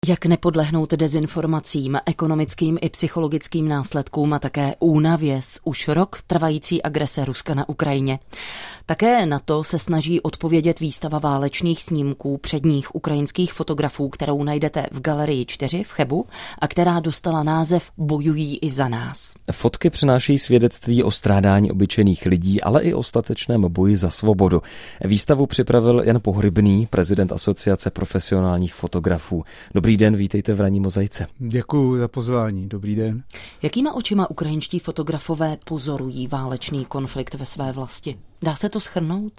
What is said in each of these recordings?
Jak nepodlehnout dezinformacím, ekonomickým i psychologickým následkům a také únavě z už rok trvající agrese Ruska na Ukrajině. Také na to se snaží odpovědět výstava válečných snímků předních ukrajinských fotografů, kterou najdete v Galerii 4 v Chebu a která dostala název Bojují i za nás. Fotky přinášejí svědectví o strádání obyčejných lidí, ale i o statečném boji za svobodu. Výstavu připravil Jan Pohrybný, prezident Asociace profesionálních fotografů. Dobrý den, vítejte v Ranní mozaice. Děkuji za pozvání, dobrý den. Jakýma očima ukrajinští fotografové pozorují válečný konflikt ve své vlasti? Dá se to shrnout?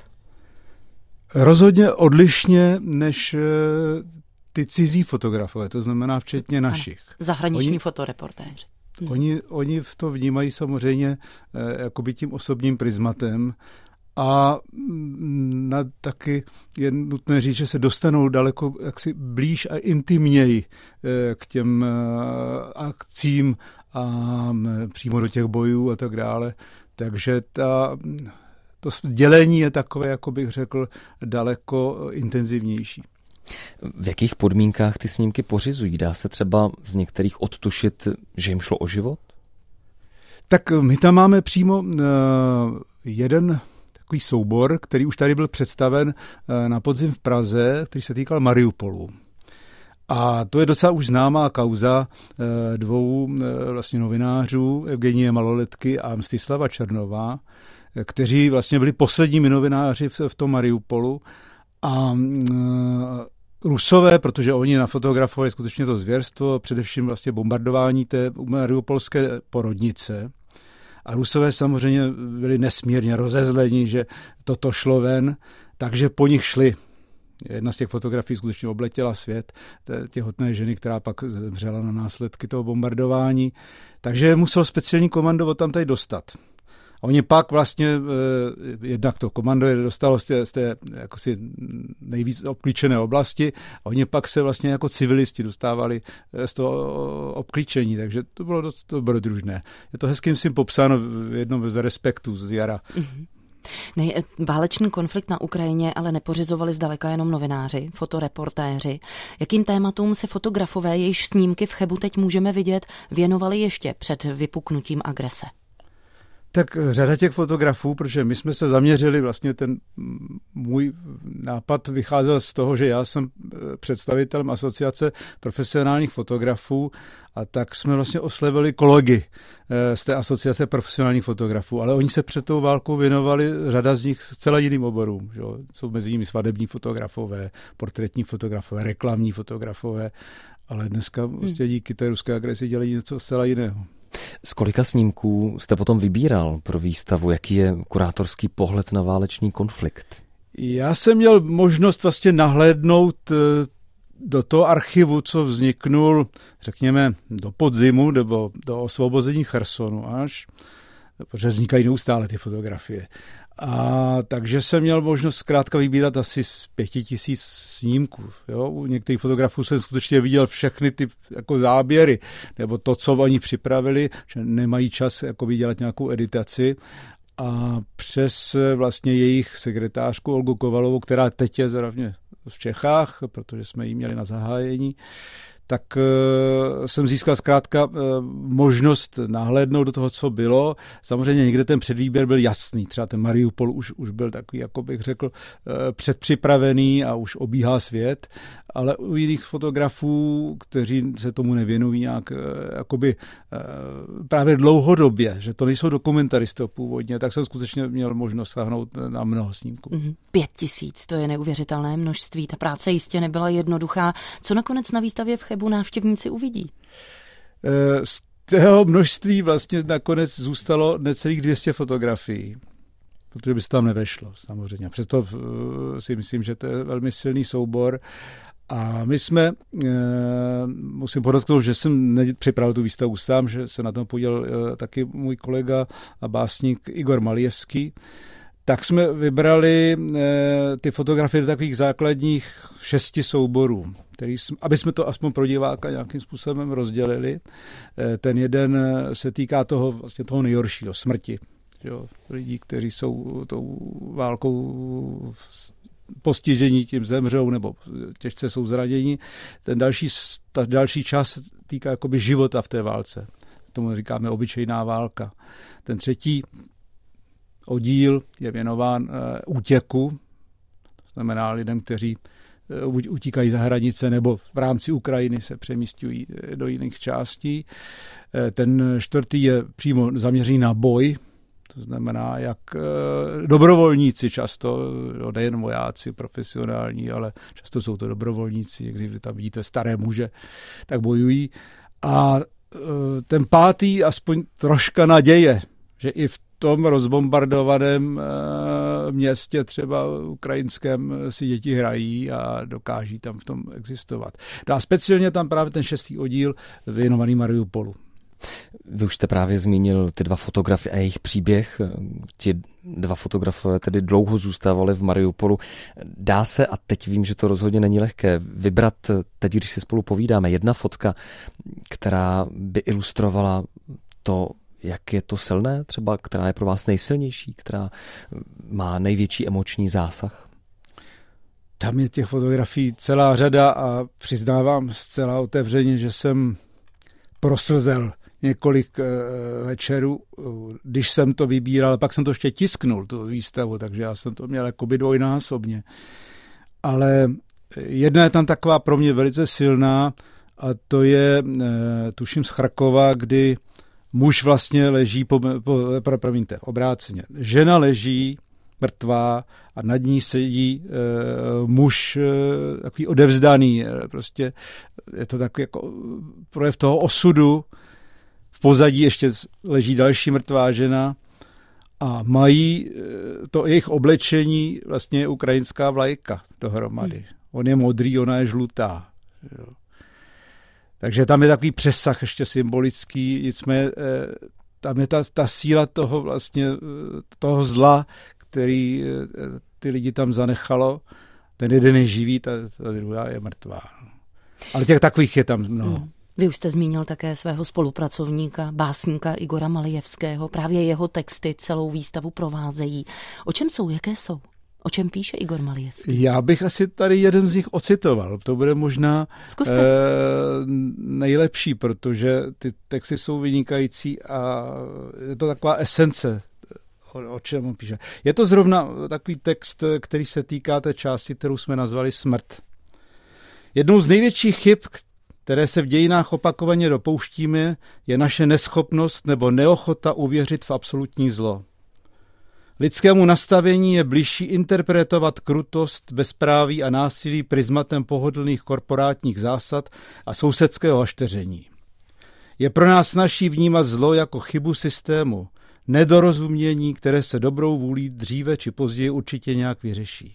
Rozhodně odlišně než ty cizí fotografové, to znamená včetně našich. Zahraniční fotoreportéři. Oni v to vnímají samozřejmě jakoby tím osobním prismatem a taky je nutné říct, že se dostanou daleko jaksi blíž a intimněji k těm akcím a přímo do těch bojů a tak dále. Takže to sdělení je takové, jako bych řekl, daleko intenzivnější. V jakých podmínkách ty snímky pořizují? Dá se třeba z některých odtušit, že jim šlo o život? Tak my tam máme přímo jeden takový soubor, který už tady byl představen na podzim v Praze, který se týkal Mariupolu. A to je docela už známá kauza dvou vlastně novinářů, Evgenie Maloletky a Mstislava Černova, kteří vlastně byli posledními novináři v tom Mariupolu. A Rusové, protože oni nafotografovali skutečně to zvěrstvo, především vlastně bombardování té mariupolské porodnice. A Rusové samozřejmě byli nesmírně rozezleni, že toto šlo ven, takže po nich šli. Jedna z těch fotografií skutečně obletěla svět, těhotné ženy, která pak zemřela na následky toho bombardování. Takže musel speciální komando tam tady dostat. A oni pak vlastně, jednak to komando je dostalo z té jako si nejvíc obklíčené oblasti a oni pak se vlastně jako civilisti dostávali z toho obklíčení, takže to bylo dost dobrodružné. Je to hezky, myslím, popsáno v jednom z Respektu z jara. Mm-hmm. Válečný konflikt na Ukrajině ale nepořizovali zdaleka jenom novináři, fotoreportéři. Jakým tématům se fotografové, jejichž snímky v Chebu teď můžeme vidět, věnovali ještě před vypuknutím agrese? Tak řada těch fotografů, protože my jsme se zaměřili, vlastně ten můj nápad vycházel z toho, že já jsem představitelem Asociace profesionálních fotografů a tak jsme vlastně oslovili kolegy z té Asociace profesionálních fotografů, ale oni se před tou válkou věnovali, řada z nich zcela jiným oborům. Že? Jsou mezi nimi svadební fotografové, portrétní fotografové, reklamní fotografové, ale dneska vlastně díky té ruské agresi dělají něco zcela jiného. Z kolika snímků jste potom vybíral pro výstavu? Jaký je kurátorský pohled na válečný konflikt? Já jsem měl možnost vlastně nahlédnout do toho archivu, co vzniknul, řekněme, do podzimu nebo do osvobození Chersonu až, protože vznikají neustále ty fotografie. A takže jsem měl možnost zkrátka vybírat asi z 5000 snímků. Jo? U některých fotografů jsem skutečně viděl všechny ty jako záběry, nebo to, co oni připravili, že nemají čas jako dělat nějakou editaci. A přes vlastně jejich sekretářku Olgu Kovalovou, která teď je zrovna v Čechách, protože jsme ji měli na zahájení, tak jsem získal zkrátka možnost nahlédnout do toho, co bylo. Samozřejmě někde ten předvýběr byl jasný. Třeba ten Mariupol už byl takový, jako bych řekl, předpřipravený a už obíhá svět, ale u jiných fotografů, kteří se tomu nevěnují nějak jakoby právě dlouhodobě, že to nejsou dokumentaristé původně, tak jsem skutečně měl možnost sáhnout na mnoho snímků. 5000, to je neuvěřitelné množství. Ta práce jistě nebyla jednoduchá. Co nakonec na výstavě v Chebu návštěvníci uvidí? Z toho množství vlastně nakonec zůstalo necelých 200 fotografií, protože by se tam nevešlo samozřejmě. Přesto si myslím, že to je velmi silný soubor. A my jsme, musím podotknout, že jsem připravil tu výstavu sám, že se na tom podílel taky můj kolega a básník Igor Malijevský, tak jsme vybrali ty fotografie do takových základních 6 souborů, aby jsme to aspoň pro diváka nějakým způsobem rozdělili. Ten jeden se týká toho nejhoršího, smrti. Jo, lidí, kteří jsou tou válkou postižení tím zemřou nebo těžce jsou zraněni. Ta další část týká jakoby života v té válce. Tomu říkáme obyčejná válka. Ten třetí oddíl je věnován útěku, to znamená lidem, kteří utíkají za hranice nebo v rámci Ukrajiny se přemísťují do jiných částí. Ten čtvrtý je přímo zaměřený na boj, to znamená, jak dobrovolníci často, nejen vojáci profesionální, ale často jsou to dobrovolníci, někdy tam vidíte staré muže, tak bojují. A ten pátý aspoň troška naděje, že i v tom rozbombardovaném městě třeba ukrajinském si děti hrají a dokáží tam v tom existovat. A speciálně tam právě ten 6. oddíl věnovaný Mariupolu. Vy už jste právě zmínil ty 2 fotografy a jejich příběh. Ti 2 fotografové tedy dlouho zůstávali v Mariupolu. Dá se, a teď vím, že to rozhodně není lehké, vybrat teď, když si spolu povídáme, jedna fotka, která by ilustrovala to, jak je to silné, třeba která je pro vás nejsilnější, která má největší emoční zásah? Tam je těch fotografií celá řada a přiznávám zcela otevřeně, že jsem proslzel několik večerů, když jsem to vybíral, pak jsem to ještě tisknul, tu výstavu, takže já jsem to měl jakoby dvojnásobně. Ale jedna je tam taková pro mě velice silná a to je, tuším z Charkova, kdy muž vlastně leží, obráceně. Žena leží mrtvá a nad ní sedí muž takový odevzdaný. Prostě je to takový jako projev toho osudu. V pozadí ještě leží další mrtvá žena a mají to jejich oblečení vlastně ukrajinská vlajka dohromady. On je modrý, ona je žlutá. Jo. Takže tam je takový přesah ještě symbolický, nicméně tam je ta síla toho vlastně, toho zla, který ty lidi tam zanechalo. Ten jeden je živý, ta druhá je mrtvá. Ale těch takových je tam mnoho. Vy už jste zmínil také svého spolupracovníka, básníka Igora Malijevského. Právě jeho texty celou výstavu provázejí. O čem jsou, jaké jsou? O čem píše Igor Malijevský? Já bych asi tady jeden z nich ocitoval. To bude možná nejlepší, protože ty texty jsou vynikající a je to taková esence, o čem on píše. Je to zrovna takový text, který se týká té části, kterou jsme nazvali smrt. Jednou z největších chyb, které se v dějinách opakovaně dopouštíme, je naše neschopnost nebo neochota uvěřit v absolutní zlo. Lidskému nastavení je bližší interpretovat krutost, bezpráví a násilí prismatem pohodlných korporátních zásad a sousedského hašteření. Je pro nás snazší vnímat zlo jako chybu systému, nedorozumění, které se dobrou vůlí dříve či později určitě nějak vyřeší.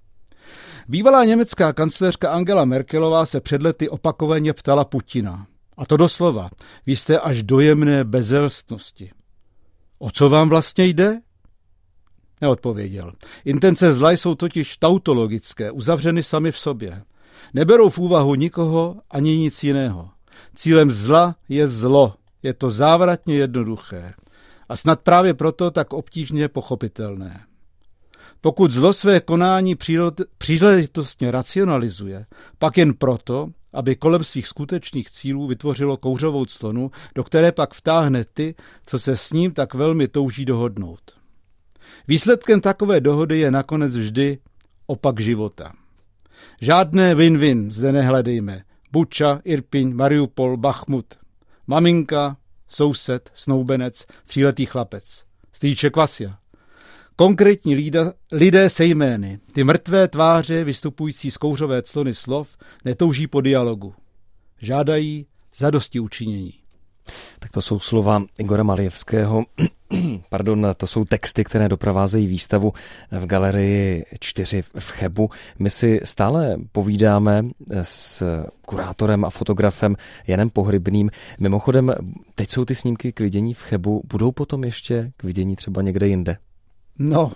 Bývalá německá kancléřka Angela Merkelová se před lety opakovaně ptala Putina. A to doslova, vy jste až dojemné bezelstnosti. O co vám vlastně jde? Neodpověděl. Intence zla jsou totiž tautologické, uzavřeny sami v sobě. Neberou v úvahu nikoho ani nic jiného. Cílem zla je zlo. Je to závratně jednoduché. A snad právě proto tak obtížně pochopitelné. Pokud zlo své konání příležitostně racionalizuje, pak jen proto, aby kolem svých skutečných cílů vytvořilo kouřovou clonu, do které pak vtáhne ty, co se s ním tak velmi touží dohodnout. Výsledkem takové dohody je nakonec vždy opak života. Žádné win-win zde nehledejme. Buča, Irpiň, Mariupol, Bachmut. Maminka, soused, snoubenec, tříletý chlapec. Strýček Vasja. Konkrétní lidé se jmény. Ty mrtvé tváře vystupující z kouřové clony slov netouží po dialogu. Žádají zadostiučinění. Tak to jsou slova Igora Malijevského. Pardon, to jsou texty, které doprovázejí výstavu v galerii 4 v Chebu. My si stále povídáme s kurátorem a fotografem Janem Pohrybným. Mimochodem, teď jsou ty snímky k vidění v Chebu. Budou potom ještě k vidění třeba někde jinde? No,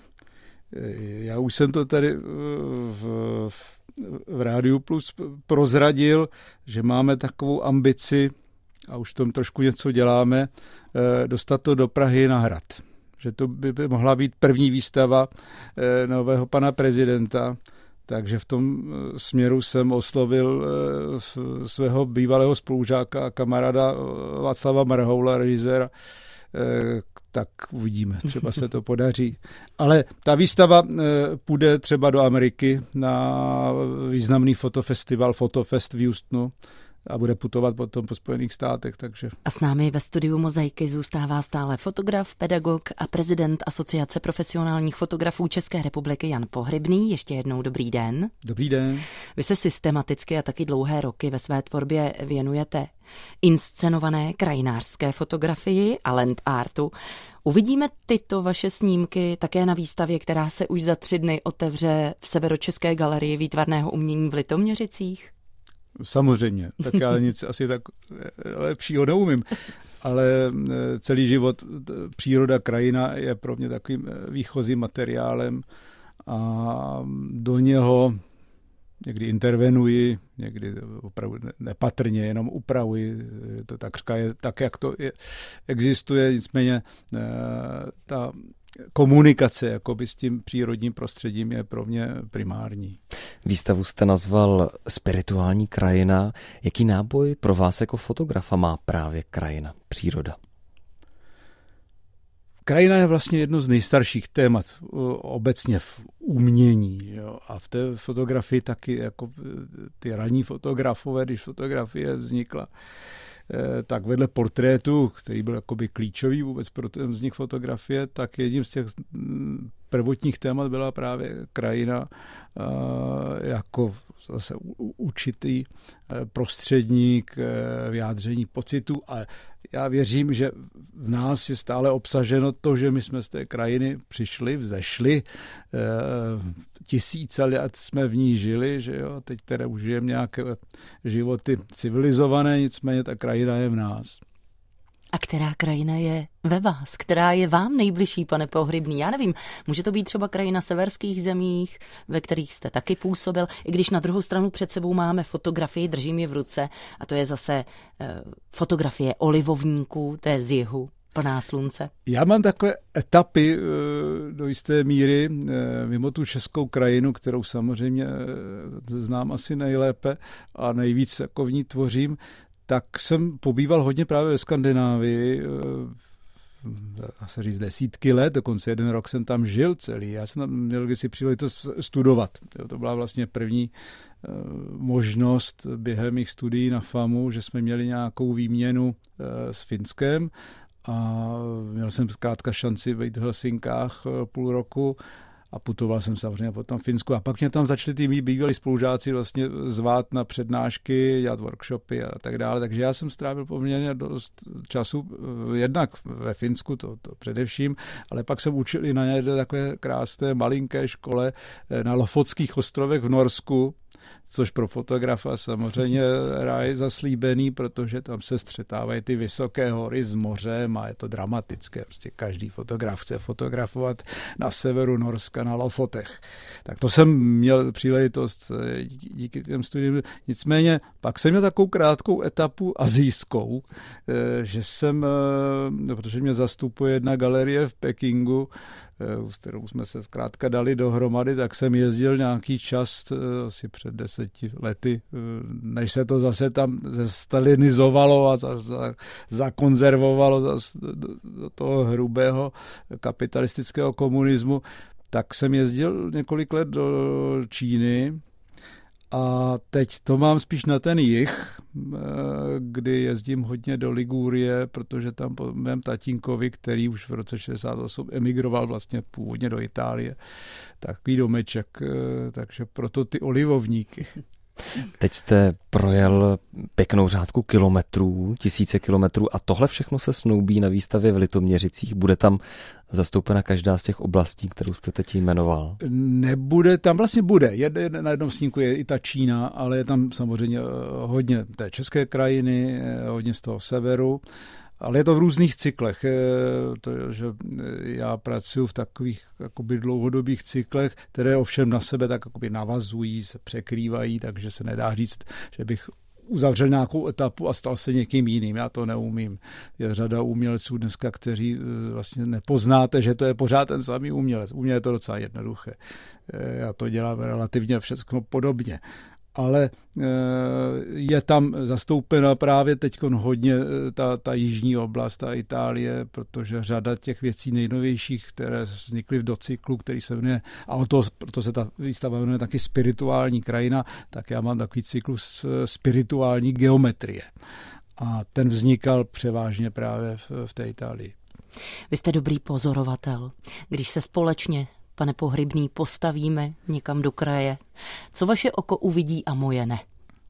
já už jsem to tady v Rádiu Plus prozradil, že máme takovou ambici, a už v tom trošku něco děláme, dostat to do Prahy na Hrad. Že to by mohla být první výstava nového pana prezidenta. takže v tom směru jsem oslovil svého bývalého spolužáka a kamaráda Václava Marhoula, režiséra, tak uvidíme, třeba se to podaří. Ale ta výstava půjde třeba do Ameriky na významný fotofestival Fotofest v Houstonu a bude putovat potom po Spojených státech. Takže. A s námi ve studiu Mozaiky zůstává stále fotograf, pedagog a prezident Asociace profesionálních fotografů České republiky Jan Pohřebný. Ještě jednou dobrý den. Dobrý den. Vy se systematicky a taky dlouhé roky ve své tvorbě věnujete inscenované krajinářské fotografii a land artu. Uvidíme tyto vaše snímky také na výstavě, která se už za 3 dny otevře v Severočeské galerii výtvarného umění v Litoměřicích? Samozřejmě, tak já nic asi tak lepšího neumím, ale celý život příroda, krajina je pro mě takovým výchozím materiálem a do něho někdy intervenuji, někdy opravdu nepatrně, jenom upravuji, to takřka je tak, jak to existuje, nicméně ta komunikace jakoby s tím přírodním prostředím je pro mě primární. Výstavu jste nazval Spirituální krajina. Jaký náboj pro vás jako fotografa má právě krajina, příroda? Krajina je vlastně jedno z nejstarších témat obecně v umění, jo? A v té fotografii taky, jako ty ranní fotografové, když fotografie vznikla, tak vedle portrétu, který byl jakoby klíčový vůbec pro ten vznik fotografie, tak jedním z těch prvotních témat byla právě krajina jako zase určitý prostředník vyjádření pocitů a já věřím, že v nás je stále obsaženo to, že my jsme z té krajiny přišli, vzešli, tisíce let jsme v ní žili, že jo, teď teda už žijeme nějaké životy civilizované, nicméně ta krajina je v nás. A která krajina je ve vás? Která je vám nejbližší, pane Pohřebný? Já nevím, může to být třeba krajina severských zemích, ve kterých jste taky působil, i když na druhou stranu před sebou máme fotografii, držím ji v ruce, a to je zase fotografie olivovníků, to je z jihu, plná slunce. Já mám takové etapy do jisté míry mimo tu českou krajinu, kterou samozřejmě znám asi nejlépe a nejvíc jako v ní tvořím, tak jsem pobýval hodně právě ve Skandinávii, dá se říct desítky let, dokonce 1 rok jsem tam žil celý. Já jsem tam měl kdysi příležitost studovat. To byla vlastně první možnost během mých studií na FAMu, že jsme měli nějakou výměnu s Finskem a měl jsem zkrátka šanci být v Helsinkách půl roku a putoval jsem samozřejmě po tom Finsku. A pak mě tam začali ty mý bývalí spolužáci vlastně zvát na přednášky, dělat workshopy a tak dále. Takže já jsem strávil poměrně dost času, jednak ve Finsku, to především, ale pak jsem učil i na jedné takové krásné malinké škole na Lofotských ostrovech v Norsku, což pro fotografa samozřejmě ráj zaslíbený, protože tam se střetávají ty vysoké hory s mořem a je to dramatické. Prostě každý fotograf chce fotografovat na severu Norska na Lofotech. Tak to jsem měl příležitost díky těm studiím. Nicméně pak jsem měl takovou krátkou etapu asijskou, že jsem, protože mě zastupuje jedna galerie v Pekingu, s kterou jsme se zkrátka dali dohromady, tak jsem jezdil nějaký čas, asi před 10 lety, než se to zase tam zestalinizovalo a zakonzervovalo do toho hrubého kapitalistického komunismu, tak jsem jezdil několik let do Číny a teď to mám spíš na ten jih, kdy jezdím hodně do Ligurie, protože tam po mém tatínkovi, který už v roce 68 emigroval vlastně původně do Itálie, takový domeček, takže proto ty olivovníky. Teď jste projel pěknou řádku kilometrů, 1000 kilometrů a tohle všechno se snoubí na výstavě v Litoměřicích. Bude tam zastoupena každá z těch oblastí, kterou jste teď jmenoval? Nebude, tam vlastně bude. Na jednom snímku je i ta Čína, ale je tam samozřejmě hodně té české krajiny, hodně z toho severu. Ale je to v různých cyklech, že já pracuji v takových jakoby dlouhodobých cyklech, které ovšem na sebe tak jakoby navazují, se překrývají, takže se nedá říct, že bych uzavřel nějakou etapu a stal se někým jiným. Já to neumím. Je řada umělců dneska, kteří vlastně nepoznáte, že to je pořád ten samý umělec. U mě je to docela jednoduché. Já to dělám relativně všechno podobně. Ale je tam zastoupena právě teď hodně ta jižní oblast, ta Itálie, protože řada těch věcí nejnovějších, které vznikly v docyklu, který se jmenuje, a proto se ta výstava jmenuje taky Spirituální krajina, tak já mám takový cyklus spirituální geometrie. A ten vznikal převážně právě v té Itálii. Vy jste dobrý pozorovatel. Když se společně, pane Pohřibný, postavíme někam do kraje, co vaše oko uvidí a moje ne?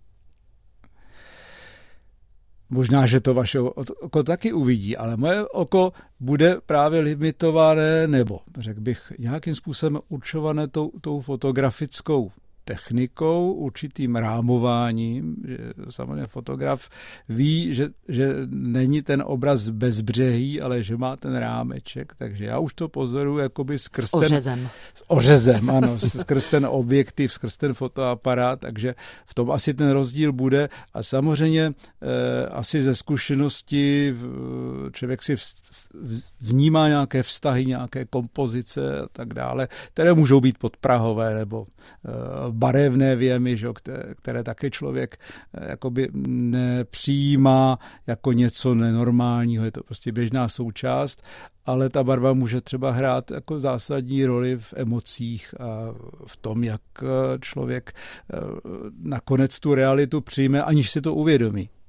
Možná, že to vaše oko taky uvidí, ale moje oko bude právě limitované nebo, řekl bych, nějakým způsobem určované tou fotografickou technikou, určitým rámováním, že samozřejmě fotograf ví, že není ten obraz bezbřehý, ale že má ten rámeček, takže já už to pozoruji jakoby skrz ořezem. S ořezem, ano, skrz ten objektiv, skrz ten fotoaparát, takže v tom asi ten rozdíl bude a samozřejmě asi ze zkušenosti člověk si vnímá nějaké vztahy, nějaké kompozice a tak dále, které můžou být podprahové nebo barevné věmy, že, které také člověk jakoby nepřijímá jako něco nenormálního, je to prostě běžná součást, ale ta barva může třeba hrát jako zásadní roli v emocích a v tom, jak člověk nakonec tu realitu přijme, aniž si to uvědomí.